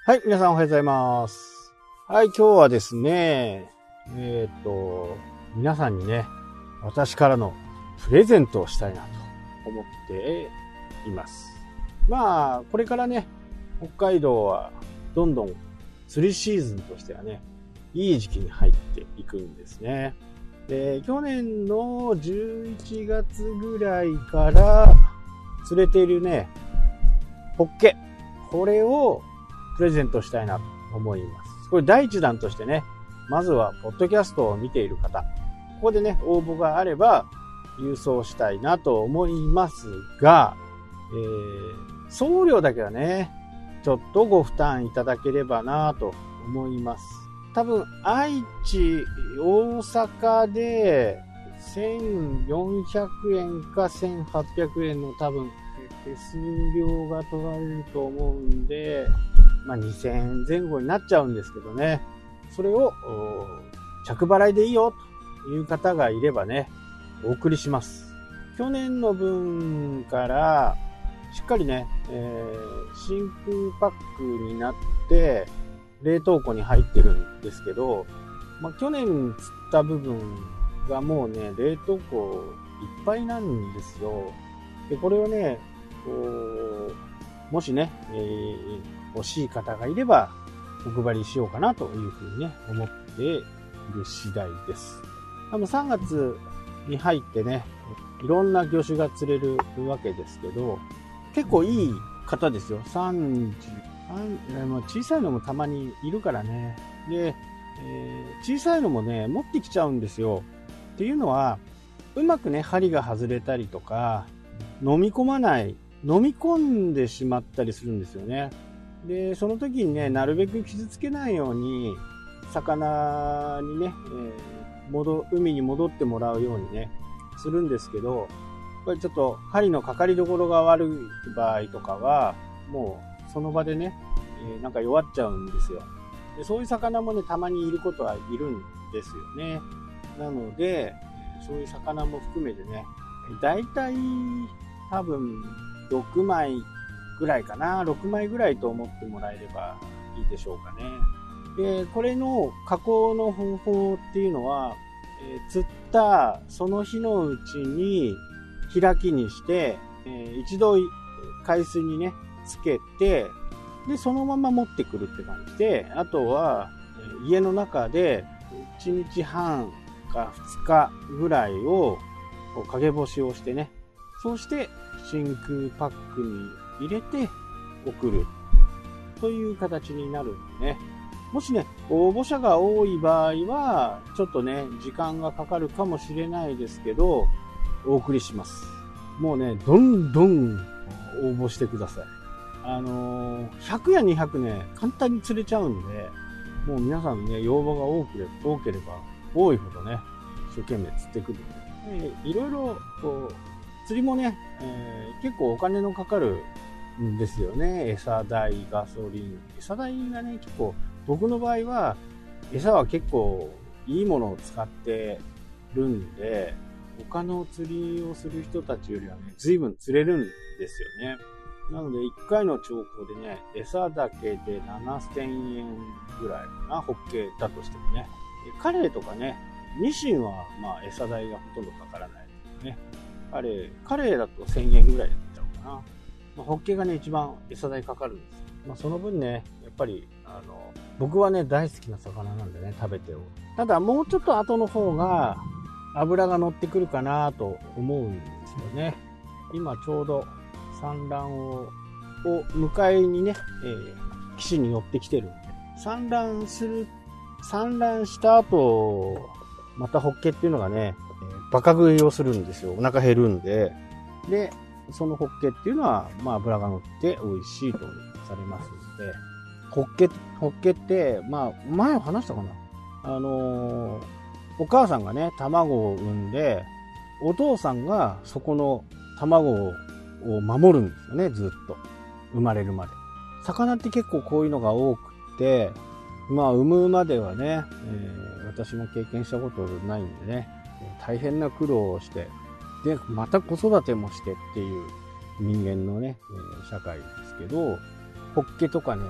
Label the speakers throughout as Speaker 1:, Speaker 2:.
Speaker 1: はい、皆さんおはようございます。はい、今日はですね、皆さんにね、私からのプレゼントをしたいなと思っています。まあ、これからね、北海道はどんどん釣りシーズンとしてはね、いい時期に入っていくんですね。で、去年の11月ぐらいから釣れているね、ホッケ。これをプレゼントしたいなと思います。これ第一弾としてね、まずはポッドキャストを見ている方、ここでね、応募があれば郵送したいなと思いますが、送料だけはね、ちょっとご負担いただければなと思います。多分、愛知、大阪で1400円か1800円の多分、手数料が取られると思うんで、2000円前後になっちゃうんですけどね。それを着払いでいいよという方がいればね、お送りします。去年の分からしっかりね、真空パックになって冷凍庫に入ってるんですけど、去年釣った部分がもうね、冷凍庫いっぱいなんですよ。で、これをね、もしね、欲しい方がいればお配りしようかなというふうにね、思っている次第です。3月に入ってね、いろんな魚種が釣れるわけですけど、結構いい方ですよ。小さいのもたまにいるからね。で、小さいのもね、持ってきちゃうんですよ。っていうのは、うまくね、針が外れたりとか、飲み込んでしまったりするんですよね。で、その時にね、なるべく傷つけないように、魚にね、海に戻ってもらうようにね、するんですけど、これちょっと針のかかりどころが悪い場合とかは、もうその場でね、なんか弱っちゃうんですよ。で、そういう魚もね、たまにいることはいるんですよね。なので、そういう魚も含めてね、だいたい多分6枚ぐらいかな、6枚ぐらいと思ってもらえればいいでしょうかね。で、これの加工の方法っていうのは、釣ったその日のうちに開きにして、一度海水にね、つけて、で、そのまま持ってくるって感じで、あとは家の中で1日半か2日ぐらいを陰干しをしてね、そうして真空パックに入れて送るという形になるんでね。もしね、応募者が多い場合は、ちょっとね、時間がかかるかもしれないですけど、お送りします。もうね、どんどん応募してください。100や200ね、簡単に釣れちゃうんで、もう皆さんね、要望が多ければ多いほどね、一生懸命釣ってくるんで、いろいろこう釣りもね、結構お金のかかるんですよね。餌代、ガソリン。餌代がね、結構、僕の場合は、餌は結構いいものを使ってるんで、他の釣りをする人たちよりはね、随分釣れるんですよね。なので、1回の釣行でね、餌だけで7000円ぐらいかな、ホッケだとしてもね。カレイとかね、ニシンは餌代がほとんどかからないですね。カレイだと1000円ぐらいで売っちゃうかな。ホッケがね、一番餌代かかるんです。その分ね、やっぱり、僕はね、大好きな魚なんでね、食べておる。ただ、もうちょっと後の方が、脂が乗ってくるかなと思うんですよね。今ちょうど産卵を迎えにね、岸に寄ってきてるんで。産卵した後、またホッケっていうのがね、バカ食いをするんですよ。お腹減るんで。で、そのホッケっていうのは、脂が乗って美味しいとされますので、ホッケって、前話したかな。お母さんがね、卵を産んで、お父さんがそこの卵を守るんですよね、ずっと。生まれるまで。魚って結構こういうのが多くて、産むまではね、私も経験したことないんでね、大変な苦労をして、で、また子育てもしてっていう人間のね、社会ですけど、ホッケとかね、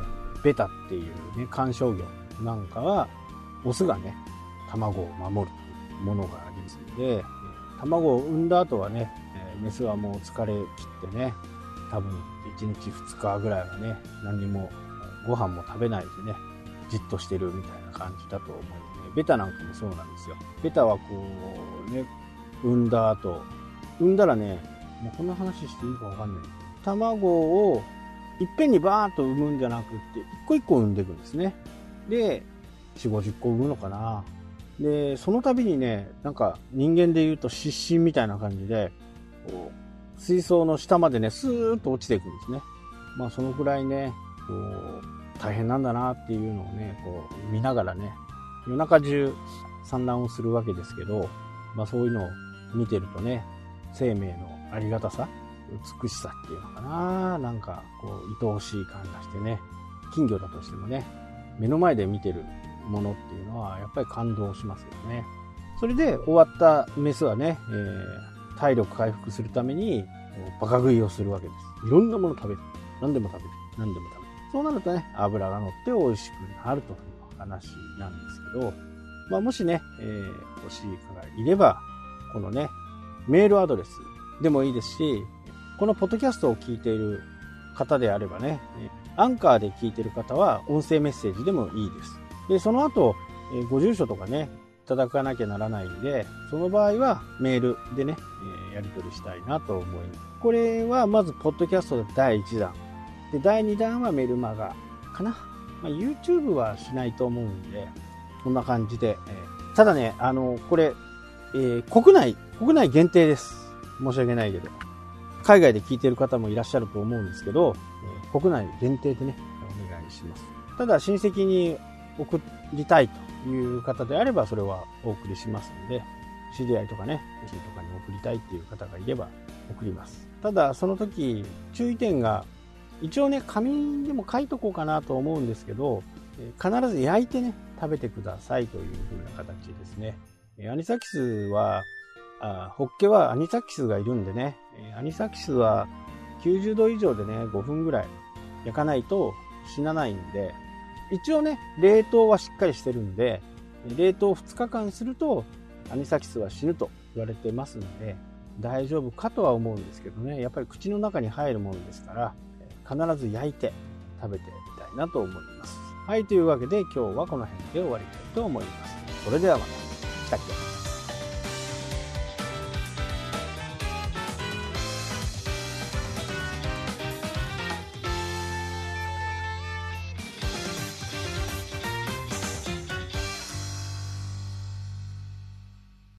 Speaker 1: ベタっていうね、観賞魚なんかは、オスがね、卵を守るというものがありますので、卵を産んだ後はね、メスはもう疲れ切ってね、多分1日2日ぐらいはね、何にもご飯も食べないでね、じっとしてるみたいな感じだと思うので、ベタなんかもそうなんですよ。ベタはこうね、産んだ後、産んだらね、もうこんな話していいかわかんない。卵をいっぺんにバーッと産むんじゃなくって一個一個産んでいくんですね。で4、50個産むのかな。でその度にね、なんか人間でいうと失神みたいな感じでこう水槽の下までねスーッと落ちていくんですね。まあそのくらいねこう大変なんだなっていうのをねこう見ながらね夜中中産卵をするわけですけど、まあそういうのを見てるとね、生命のありがたさ、美しさっていうのかな、なんかこう愛おしい感がしてね、金魚だとしてもね、目の前で見てるものっていうのはやっぱり感動しますよね。それで終わったメスはね、体力回復するためにバカ食いをするわけです。いろんなもの食べる。何でも食べる。何でも食べる。そうなるとね、脂が乗って美味しくなるという話なんですけど、まあ、もしね、欲しい方がいれば、このね、メールアドレスでもいいですし、このポッドキャストを聞いている方であればね、アンカーで聞いている方は音声メッセージでもいいです。で、その後、ご住所とかね、いただかなきゃならないんで、その場合はメールでね、やり取りしたいなと思います。これはまず、ポッドキャストで第1弾。で、第2弾はメルマガかな。まあ、YouTube はしないと思うんで、こんな感じで。ただね、これ、国内限定です。申し訳ないけど。海外で聞いている方もいらっしゃると思うんですけど、国内限定でね、お願いします。ただ、親戚に送りたいという方であれば、それはお送りしますので、知り合いとかね、知り合いとかに送りたいっていう方がいれば送ります。ただ、その時、注意点が、一応ね、紙でも書いとこうかなと思うんですけど、必ず焼いてね、食べてくださいという風な形ですね。アニサキスは、ホッケはアニサキスがいるんでね、アニサキスは90度以上でね、5分ぐらい焼かないと死なないんで、一応ね、冷凍はしっかりしてるんで、冷凍2日間するとアニサキスは死ぬと言われてますので、大丈夫かとは思うんですけどね、やっぱり口の中に入るものですから、必ず焼いて食べてみたいなと思います。はい、というわけで今日はこの辺で終わりたいと思います。それではまた。したっけ